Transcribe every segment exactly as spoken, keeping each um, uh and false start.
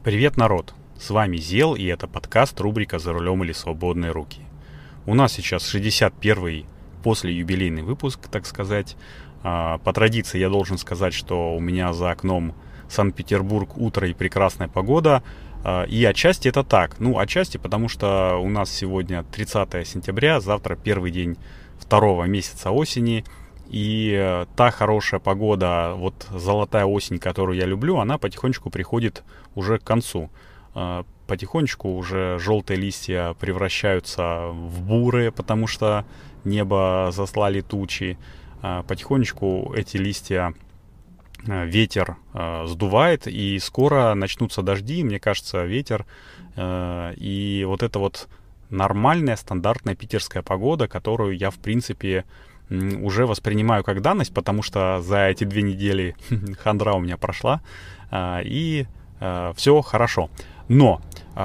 Привет, народ! С вами Зел, и это подкаст рубрика «За рулем или свободные руки». У нас сейчас шестьдесят первый послеюбилейный выпуск, так сказать. По традиции я должен сказать, что у меня за окном Санкт-Петербург, утро и прекрасная погода. И отчасти это так. Ну, отчасти потому, что у нас сегодня тридцатое сентября, завтра первый день второго месяца осени. И та хорошая погода, вот золотая осень, которую я люблю, она потихонечку приходит уже к концу. Потихонечку уже желтые листья превращаются в бурые, потому что небо заслали тучи. Потихонечку эти листья ветер сдувает, и скоро начнутся дожди, мне кажется, ветер. И вот это вот нормальная, стандартная питерская погода, которую я, в принципе, уже воспринимаю как данность, потому что за эти две недели хандра у меня прошла, и все хорошо. Но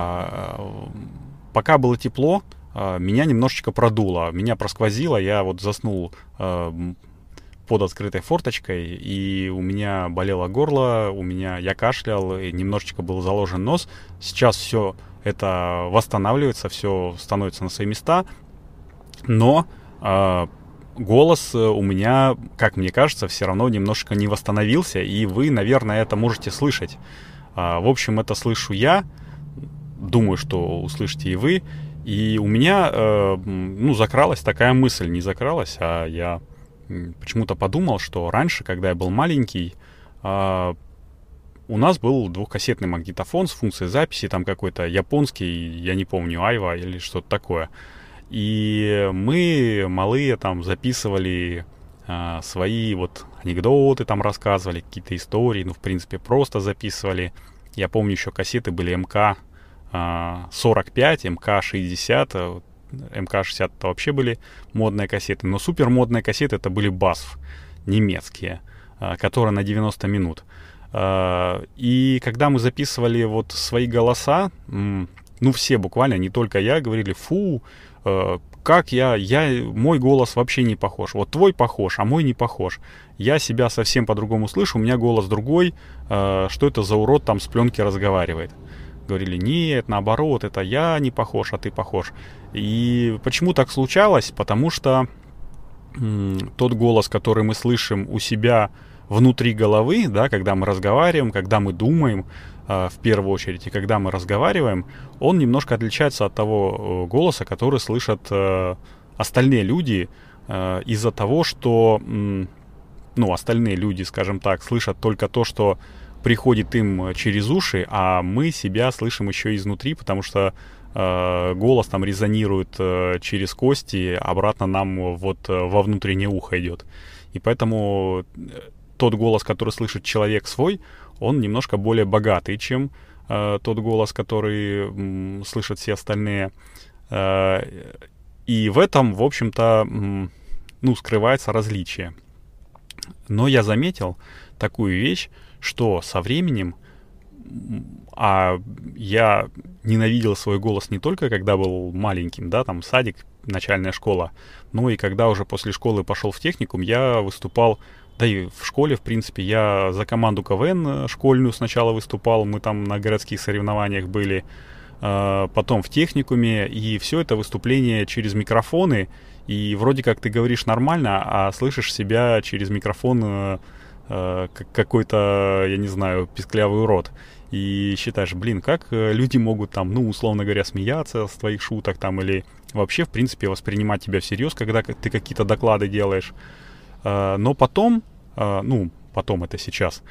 пока было тепло, меня немножечко продуло, меня просквозило, я вот заснул под открытой форточкой, и у меня болело горло, у меня я кашлял, и немножечко был заложен нос. Сейчас все это восстанавливается, все становится на свои места, но голос у меня, как мне кажется, все равно немножко не восстановился, и вы, наверное, это можете слышать. В общем, это слышу я, думаю, что услышите и вы. И у меня, ну, закралась такая мысль, не закралась, а я почему-то подумал, что раньше, когда я был маленький, у нас был двухкассетный магнитофон с функцией записи, там какой-то японский, я не помню, Айва или что-то такое. И мы, малые, там записывали а, свои вот анекдоты, там рассказывали, какие-то истории, ну, в принципе, просто записывали. Я помню, еще кассеты были эм ка сорок пять, эм ка шестьдесят, эм ка шестьдесят это вообще были модные кассеты, но супер модные кассеты это были басф, немецкие, а, которые на девяносто минут. А, и когда мы записывали вот свои голоса, м- ну, все буквально, не только я, говорили: фу, как я, я, мой голос вообще не похож. Вот твой похож, а мой не похож. Я себя совсем по-другому слышу, у меня голос другой. Что это за урод там с пленки разговаривает? Говорили: нет, наоборот, это я не похож, а ты похож. И почему так случалось? Потому что м, тот голос, который мы слышим у себя внутри головы, да, когда мы разговариваем, когда мы думаем, в первую очередь, и когда мы разговариваем, он немножко отличается от того голоса, который слышат э, остальные люди, э, из-за того, что, м, ну, остальные люди, скажем так, слышат только то, что приходит им через уши, а мы себя слышим еще изнутри, потому что э, голос там резонирует э, через кости, обратно нам вот во внутреннее ухо идет. И поэтому тот голос, который слышит человек свой, он немножко более богатый, чем э, тот голос, который м, слышат все остальные. Э, и в этом, в общем-то, м, ну, скрывается различие. Но я заметил такую вещь, что со временем, а я ненавидел свой голос не только когда был маленьким, да, там садик, начальная школа, но и когда уже после школы пошел в техникум, я выступал. Да и в школе, в принципе, я за команду ка вэ эн школьную сначала выступал, мы там на городских соревнованиях были, потом в техникуме, и все это выступление через микрофоны, и вроде как ты говоришь нормально, а слышишь себя через микрофон как какой-то, я не знаю, писклявый урод. И считаешь: блин, как люди могут там, ну, условно говоря, смеяться с твоих шуток там, или вообще, в принципе, воспринимать тебя всерьез, когда ты какие-то доклады делаешь. Но потом, ну, потом это сейчас,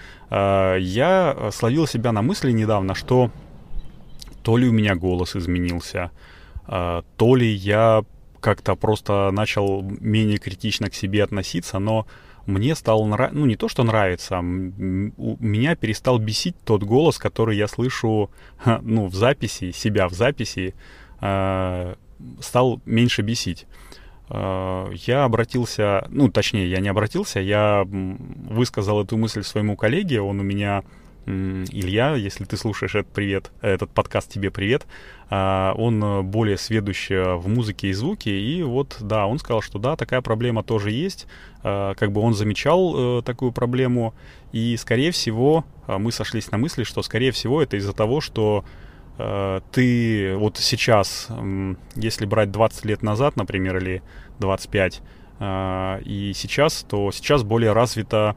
я словил себя на мысли недавно, что то ли у меня голос изменился, то ли я как-то просто начал менее критично к себе относиться, но мне стало нравиться, ну, не то, что нравится, меня перестал бесить тот голос, который я слышу, ну, в записи, себя в записи, стал меньше бесить. Я обратился, ну, точнее, я не обратился, я высказал эту мысль своему коллеге, он у меня Илья, если ты слушаешь этот привет, этот подкаст, тебе привет. Он более сведущ в музыке и звуке, и вот, да, он сказал, что да, такая проблема тоже есть. Как бы он замечал такую проблему, и, скорее всего, мы сошлись на мысли, что, скорее всего, это из-за того, что ты вот сейчас, если брать двадцать лет назад, например, или двадцать пять, и сейчас, то сейчас более развита,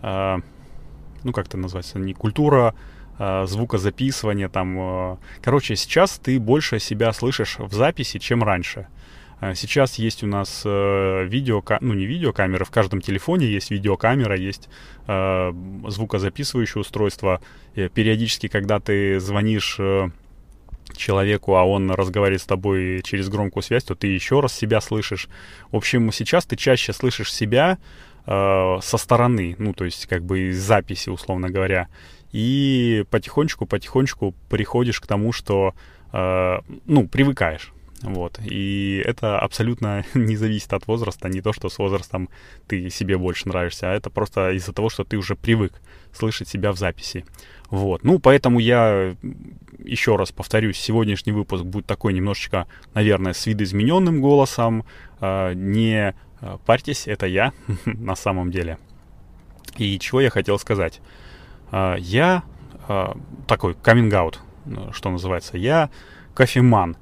ну, как это называется, не культура а, звукозаписывания, там, а, короче, сейчас ты больше себя слышишь в записи, чем раньше. А, сейчас есть у нас а, видео, ну, не видеокамеры, в каждом телефоне есть видеокамера, есть а, звукозаписывающее устройство. И периодически, когда ты звонишь а, человеку, а он разговаривает с тобой через громкую связь, то ты еще раз себя слышишь. В общем, сейчас ты чаще слышишь себя со стороны, ну, то есть как бы из записи, условно говоря, и потихонечку-потихонечку приходишь к тому, что, э, ну, привыкаешь, вот, и это абсолютно не зависит от возраста, не то, что с возрастом ты себе больше нравишься, а это просто из-за того, что ты уже привык слышать себя в записи, вот, ну, поэтому я еще раз повторюсь, сегодняшний выпуск будет такой немножечко, наверное, с видоизмененным голосом, э, не парьтесь, это я на самом деле. И чего я хотел сказать? Я такой каминг-аут, что называется. Я кофеман.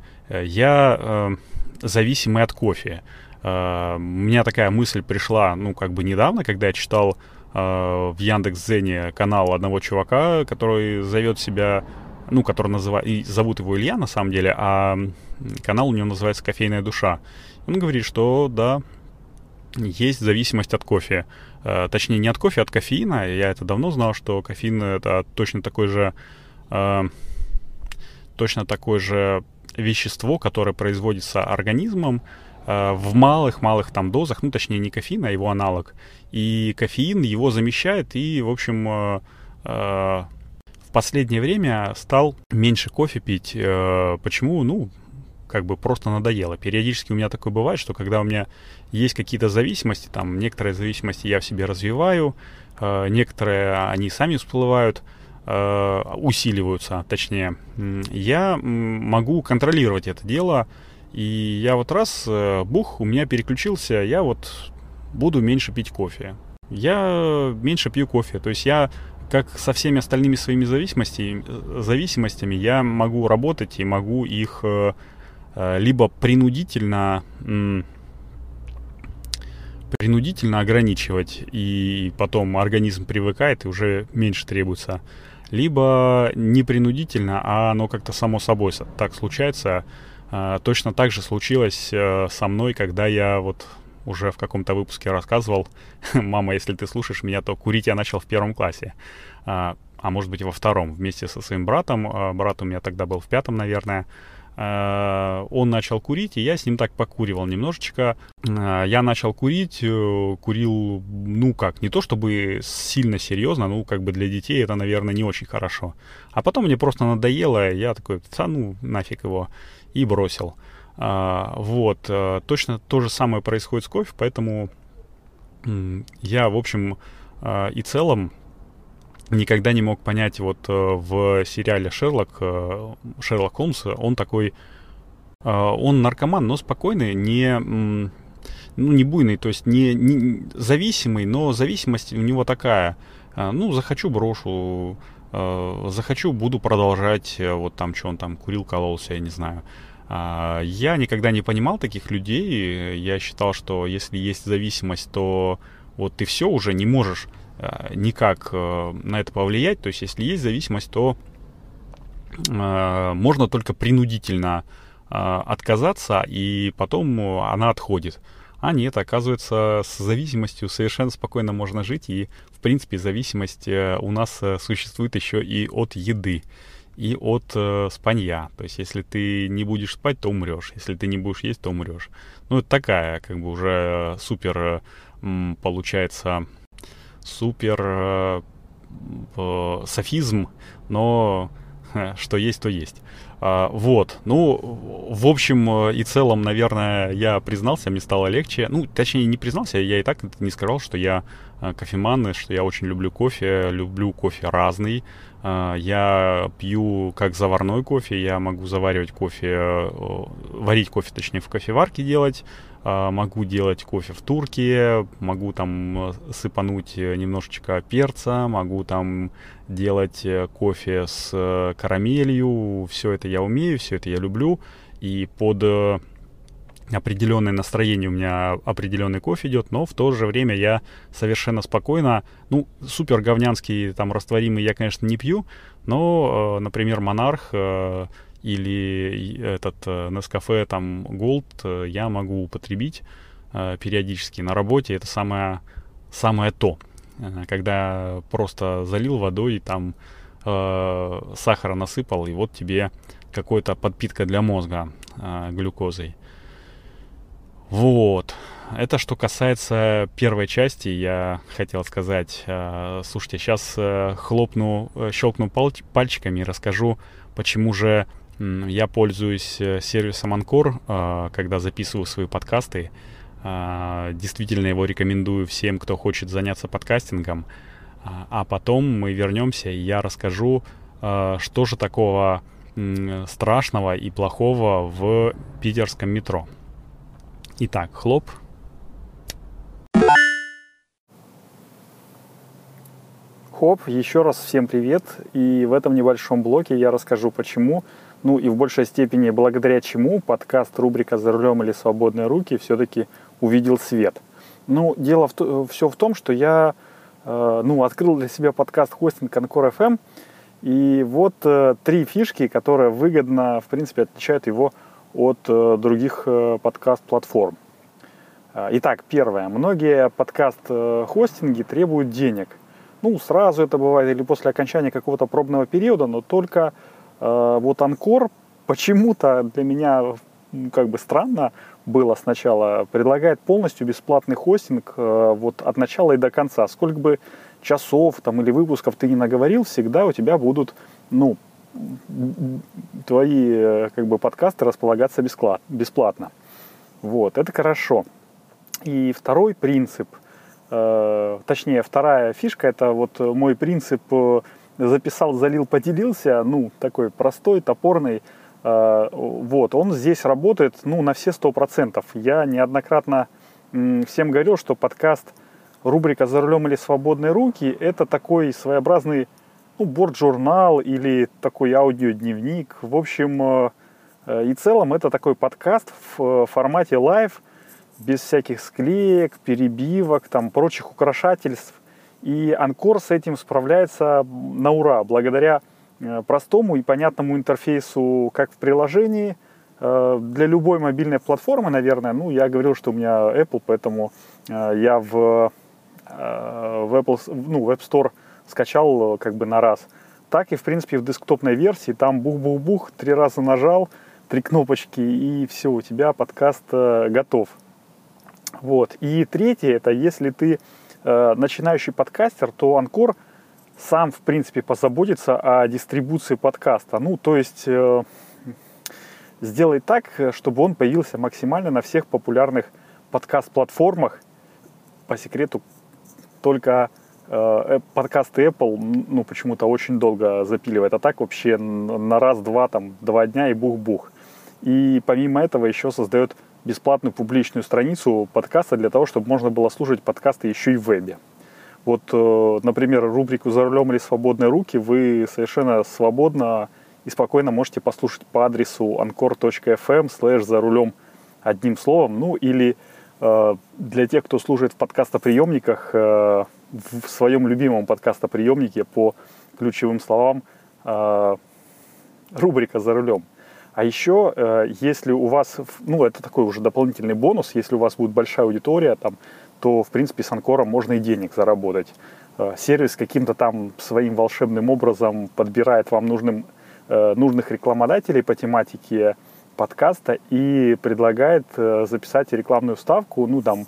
Я зависимый от кофе. У меня такая мысль пришла, ну, как бы недавно, когда я читал в Яндекс.Дзене канал одного чувака, который зовет себя, ну, который называет, и зовут его Илья на самом деле, а канал у него называется «Кофейная душа». Он говорит, что, да, есть зависимость от кофе. Э, точнее, не от кофе, а от кофеина. Я это давно знал, что кофеин — это точно такой же, э, точно такое же вещество, которое производится организмом э, в малых-малых там дозах. Ну, точнее, не кофеин, а его аналог. И кофеин его замещает. И, в общем, э, э, в последнее время стал меньше кофе пить. Э, почему? Ну, как бы просто надоело. Периодически у меня такое бывает, что когда у меня есть какие-то зависимости, там некоторые зависимости я в себе развиваю, э, некоторые они сами всплывают, э, усиливаются, точнее, я могу контролировать это дело, и я вот раз, э, бух, у меня переключился, я вот буду меньше пить кофе. Я меньше пью кофе, то есть я, как со всеми остальными своими зависимостями, зависимостями я могу работать и могу их э, либо принудительно, принудительно ограничивать, и потом организм привыкает, и уже меньше требуется, либо не принудительно, а оно как-то само собой так случается. Точно так же случилось со мной, когда я вот уже в каком-то выпуске рассказывал, мама, если ты слушаешь меня, то курить я начал в первом классе, а может быть во втором, вместе со своим братом. Брат у меня тогда был в пятом, наверное. Он начал курить, и я с ним так покуривал немножечко. Я начал курить, курил, ну как, не то чтобы сильно серьезно, ну как бы для детей это, наверное, не очень хорошо. А потом мне просто надоело, я такой, да ну нафиг его, и бросил. Вот, точно то же самое происходит с кофе, поэтому я, в общем и целом, никогда не мог понять, вот в сериале Шерлок, Шерлок Холмс, он такой, он наркоман, но спокойный, не, ну, не буйный, то есть не, не зависимый, но зависимость у него такая, ну, захочу брошу, захочу буду продолжать, вот там, что он там курил, кололся, я не знаю. Я никогда не понимал таких людей, я считал, что если есть зависимость, то вот ты все уже не можешь никак на это повлиять. То есть если есть зависимость, то э, можно только принудительно э, отказаться, и потом она отходит. А нет, оказывается, с зависимостью совершенно спокойно можно жить, и в принципе зависимость у нас существует еще и от еды, и от э, спанья. То есть если ты не будешь спать, то умрешь. Если ты не будешь есть, то умрешь. Ну это такая как бы уже супер э, получается супер э, э, софизм, но э, что есть, то есть. А, вот, ну, в общем и целом, наверное, я признался, мне стало легче. Ну, точнее, не признался, я и так не сказал, что я кофеман, что я очень люблю кофе, люблю кофе разный. Я пью как заварной кофе, я могу заваривать кофе, варить кофе, точнее, в кофеварке делать. Могу делать кофе в турке, могу там сыпануть немножечко перца, могу там делать кофе с карамелью. Все это я умею, все это я люблю. И под определенное настроение у меня определенный кофе идет, но в то же время я совершенно спокойно, ну, супер говнянский, там, растворимый я, конечно, не пью, но, например, Монарх или этот Nescafe там Gold я могу употребить э, периодически на работе. Это самое, самое то, э, когда просто залил водой и там э, сахара насыпал, и вот тебе какая-то подпитка для мозга э, глюкозой. Вот. Это что касается первой части, я хотел сказать. Э, слушайте, сейчас э, хлопну, щелкну палч- пальчиками и расскажу, почему же я пользуюсь сервисом Anchor, когда записываю свои подкасты. Действительно его рекомендую всем, кто хочет заняться подкастингом. А потом мы вернемся, и я расскажу, что же такого страшного и плохого в питерском метро. Итак, хлоп. Хоп, еще раз всем привет. И в этом небольшом блоке я расскажу, почему, ну и в большей степени благодаря чему подкаст рубрика «За рулем или свободные руки» все-таки увидел свет. Ну, дело в то, все в том, что я э, ну, открыл для себя подкаст-хостинг Anchor эф эм. И вот э, три фишки, которые выгодно, в принципе, отличают его от э, других э, подкаст-платформ. Итак, первое. Многие подкаст-хостинги требуют денег. Ну, сразу это бывает или после окончания какого-то пробного периода, но только э, вот Anchor почему-то для меня как бы странно было сначала, предлагает полностью бесплатный хостинг э, вот от начала и до конца. Сколько бы часов там или выпусков ты не наговорил, всегда у тебя будут, ну, твои как бы подкасты располагаться бесплатно. Вот, это хорошо. И второй принцип, э, точнее, вторая фишка, это вот мой принцип записал, залил, поделился, ну, такой простой, топорный. Э, вот, он здесь работает, ну, на все сто процентов. Я неоднократно м, всем говорил, что подкаст рубрика «За рулем или свободные руки» это такой своеобразный, ну, борт-журнал или такой аудиодневник. В общем э, и целом это такой подкаст в формате лайв, без всяких склеек, перебивок, там, прочих украшательств. И Anchor с этим справляется на ура, благодаря э, простому и понятному интерфейсу, как в приложении, э, для любой мобильной платформы, наверное. Ну, я говорил, что у меня Apple, поэтому э, я в, э, в, Apple, ну, в App Store скачал как бы на раз. Так и, в принципе, в десктопной версии, там бух-бух-бух, три раза нажал, три кнопочки, и все, у тебя подкаст э, готов. Вот. И третье, это если ты э, начинающий подкастер, то Anchor сам, в принципе, позаботится о дистрибуции подкаста. Ну, то есть э, сделай так, чтобы он появился максимально на всех популярных подкаст-платформах. По секрету, только э, подкасты Apple, ну, почему-то очень долго запиливает. А так вообще на раз-два, там, два дня и бух-бух. И помимо этого еще создает бесплатную публичную страницу подкаста для того, чтобы можно было слушать подкасты еще и в вебе. Вот, например, рубрику «За рулем или свободные руки» вы совершенно свободно и спокойно можете послушать по адресу анкор точка эф эм слэш за рулем одним словом. Ну или э, для тех, кто слушает в подкастоприемниках, э, в своем любимом подкастоприемнике по ключевым словам э, рубрика «За рулем». А еще, э, если у вас, ну, это такой уже дополнительный бонус, если у вас будет большая аудитория, там, то, в принципе, с Анкором можно и денег заработать. Э, сервис каким-то там своим волшебным образом подбирает вам нужным, э, нужных рекламодателей по тематике подкаста и предлагает э, записать рекламную вставку, ну, там,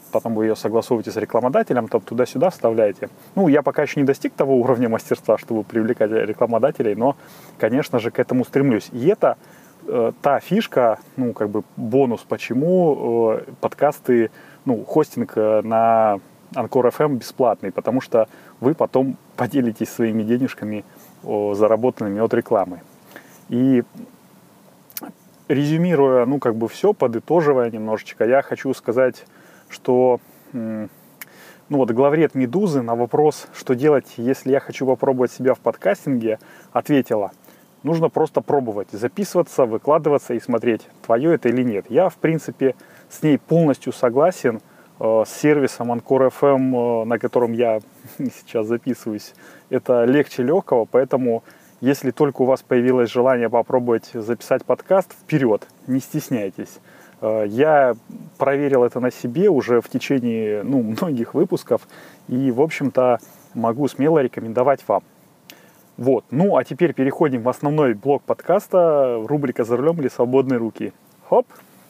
потом вы ее согласовываете с рекламодателем, там туда-сюда вставляете. Ну, я пока еще не достиг того уровня мастерства, чтобы привлекать рекламодателей, но, конечно же, к этому стремлюсь. И это э, та фишка, ну, как бы бонус, почему э, подкасты, ну, хостинг на Анкор эф эм бесплатный, потому что вы потом поделитесь своими денежками, о, заработанными от рекламы. И резюмируя, ну, как бы все, подытоживая немножечко, я хочу сказать, что, ну, вот главред «Медузы» на вопрос, что делать, если я хочу попробовать себя в подкастинге, ответила: нужно просто пробовать, записываться, выкладываться и смотреть, твое это или нет. Я, в принципе, с ней полностью согласен. С сервисом Анкор эф эм, на котором я сейчас записываюсь, это легче легкого, поэтому если только у вас появилось желание попробовать записать подкаст, вперед, не стесняйтесь. Я проверил это на себе уже в течение, ну, многих выпусков и, в общем-то, могу смело рекомендовать вам. Вот, ну а теперь переходим в основной блок подкаста, рубрика «За рулем или свободные руки». Хоп!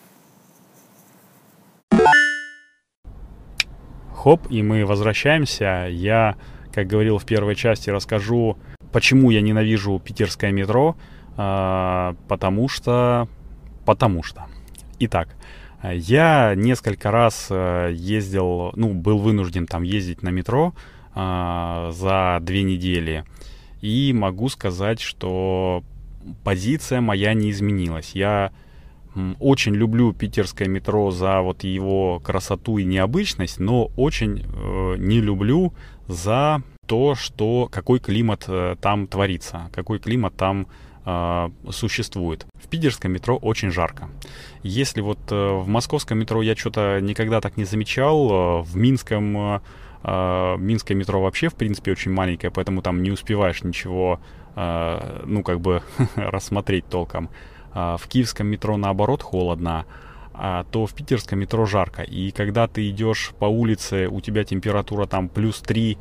Хоп, и мы возвращаемся. Я, как говорил в первой части, расскажу, почему я ненавижу питерское метро, э, потому что... Потому что... Итак, я несколько раз ездил, ну, был вынужден там ездить на метро э, за две недели. И могу сказать, что позиция моя не изменилась. Я очень люблю питерское метро за вот его красоту и необычность, но очень э, не люблю за то, что какой климат э, там творится, какой климат там э, существует. В питерском метро очень жарко. Если вот э, в московском метро я что-то никогда так не замечал, э, в минском, э, э, минское метро вообще в принципе очень маленькое, поэтому там не успеваешь ничего, э, ну как бы рассмотреть толком. В киевском метро, наоборот, холодно, то в питерском метро жарко. И когда ты идешь по улице, у тебя температура там плюс три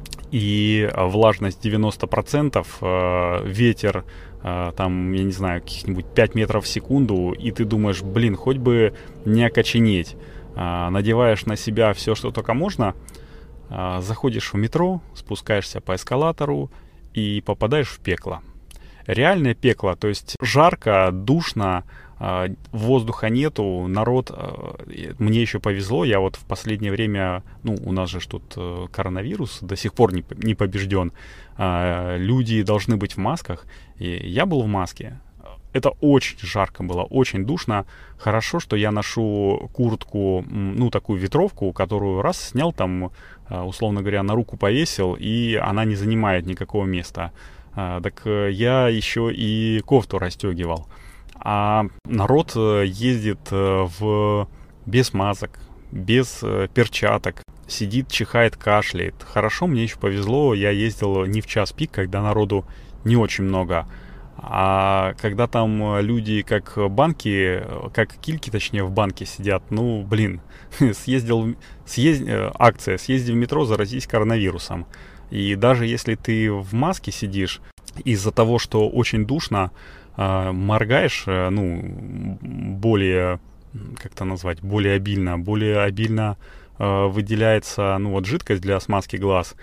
и влажность девяносто процентов, ветер там, я не знаю, каких-нибудь пять метров в секунду, и ты думаешь, блин, хоть бы не окоченеть. Надеваешь на себя все, что только можно, заходишь в метро, спускаешься по эскалатору и попадаешь в пекло. Реальное пекло, то есть жарко, душно, воздуха нету, народ, мне еще повезло, я вот в последнее время, ну, у нас же тут коронавирус до сих пор не, не побежден, люди должны быть в масках, и я был в маске. Это очень жарко было, очень душно. Хорошо, что я ношу куртку, ну, такую ветровку, которую раз снял там, условно говоря, на руку повесил, и она не занимает никакого места. А, так я еще и кофту расстегивал. А народ ездит в... без масок, без перчаток, сидит, чихает, кашляет. Хорошо, мне еще повезло, я ездил не в час пик, когда народу не очень много. А когда там люди как банки, как кильки, точнее, в банке сидят, ну, блин, съездил, съезд... акция, съезди в метро, заразись коронавирусом. И даже если ты в маске сидишь, из-за того, что очень душно, э, моргаешь, э, ну, более, как это назвать, более обильно, более обильно э, выделяется, ну, вот жидкость для смазки глаз.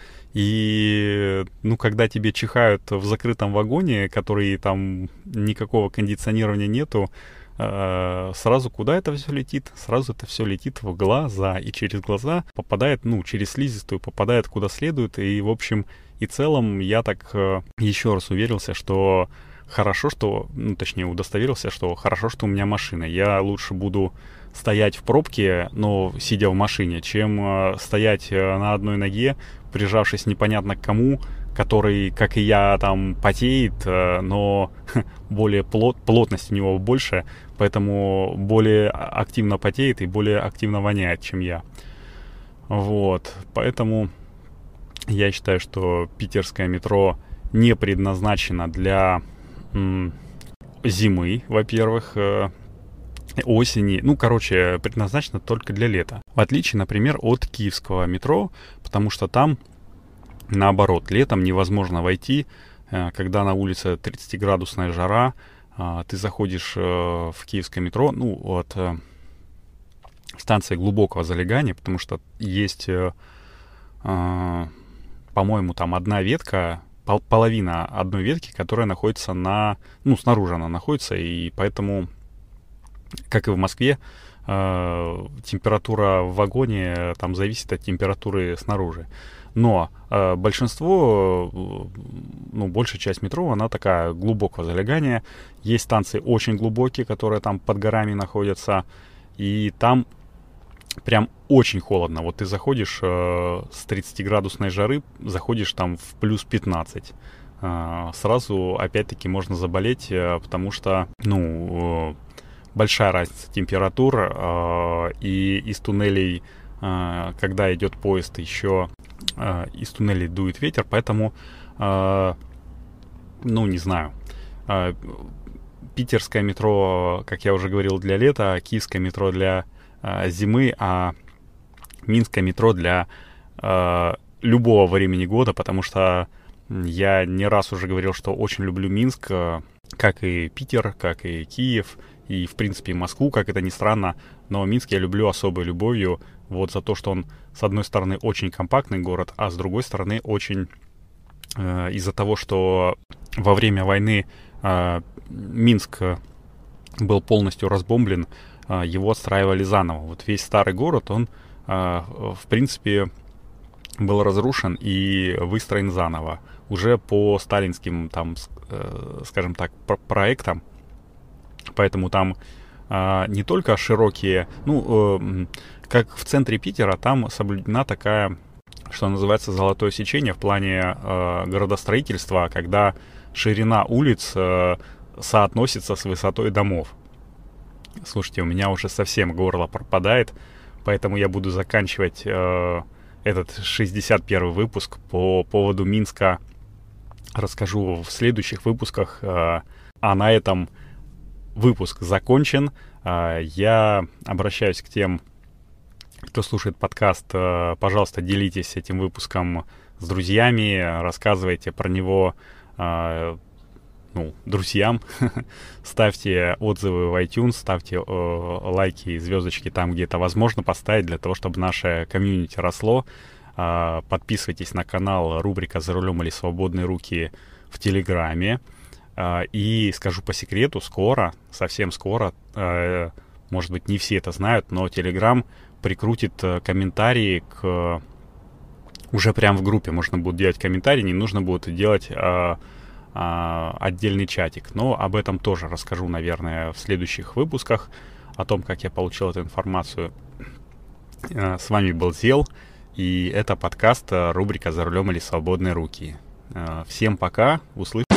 И, ну, когда тебе чихают в закрытом вагоне, который там никакого кондиционирования нету, сразу куда это все летит? Сразу это все летит в глаза. И через глаза попадает, ну, через слизистую попадает куда следует. И, в общем и целом, я так еще раз уверился, что хорошо, что, ну, точнее, удостоверился, что хорошо, что у меня машина. Я лучше буду стоять в пробке, но сидя в машине, чем стоять на одной ноге, прижавшись непонятно к кому, который, как и я, там потеет, но более плот, плотность у него больше, поэтому более активно потеет и более активно воняет, чем я. Вот, поэтому я считаю, что питерское метро не предназначено для м, зимы, во-первых, э, осени, ну, короче, предназначено только для лета. В отличие, например, от киевского метро, потому что там наоборот, летом невозможно войти, когда на улице тридцатиградусная жара, ты заходишь в киевское метро, ну вот станции глубокого залегания, потому что есть, э, э, по-моему, там одна ветка, пол- половина одной ветки, которая находится на, ну, снаружи она находится, и поэтому, как и в Москве, э, температура в вагоне там зависит от температуры снаружи. Но э, большинство, э, ну, большая часть метро, она такая глубокого залегания. Есть станции очень глубокие, которые там под горами находятся, и там прям очень холодно. Вот ты заходишь э, с тридцатиградусной жары, заходишь там в плюс пятнадцать. Э, сразу, опять-таки, можно заболеть, э, потому что, ну, э, большая разница температур, э, и из туннелей, э, когда идет поезд, еще э, из туннелей дует ветер, поэтому, э, ну, не знаю, э, питерское метро, как я уже говорил, для лета, киевское метро для э, зимы, а минское метро для э, любого времени года, потому что я не раз уже говорил, что очень люблю Минск, э, как и Питер, как и Киев, и, в принципе, Москву, как это ни странно, но Минск я люблю особой любовью, вот за то, что он, с одной стороны, очень компактный город, а с другой стороны, очень э, из-за того, что во время войны э, Минск был полностью разбомблен, э, его отстраивали заново. Вот весь старый город, он, э, в принципе, был разрушен и выстроен заново, уже по сталинским, там, э, скажем так, про- проектам. Поэтому там э, не только широкие, ну, э, как в центре Питера, там соблюдена такая, что называется, золотое сечение в плане э, городостроительства, когда ширина улиц э, соотносится с высотой домов. Слушайте, у меня уже совсем горло пропадает, поэтому я буду заканчивать э, этот шестьдесят первый выпуск. По поводу Минска расскажу в следующих выпусках, э, а на этом выпуск закончен. Э, я обращаюсь к тем, кто слушает подкаст, э, пожалуйста, делитесь этим выпуском с друзьями, рассказывайте про него э, ну, друзьям, ставьте отзывы в iTunes, ставьте э, лайки и звездочки там, где это возможно поставить, для того, чтобы наше комьюнити росло. Э, подписывайтесь на канал рубрика «За рулем или свободные руки» в Телеграме. Э, и скажу по секрету, скоро, совсем скоро, э, может быть, не все это знают, но Телеграм прикрутит комментарии к... Уже прям в группе можно будет делать комментарии, не нужно будет делать а, а, отдельный чатик. Но об этом тоже расскажу, наверное, в следующих выпусках, о том, как я получил эту информацию. А, с вами был Зел, и это подкаст, рубрика «За рулем или свободные руки». А, всем пока, услышимся.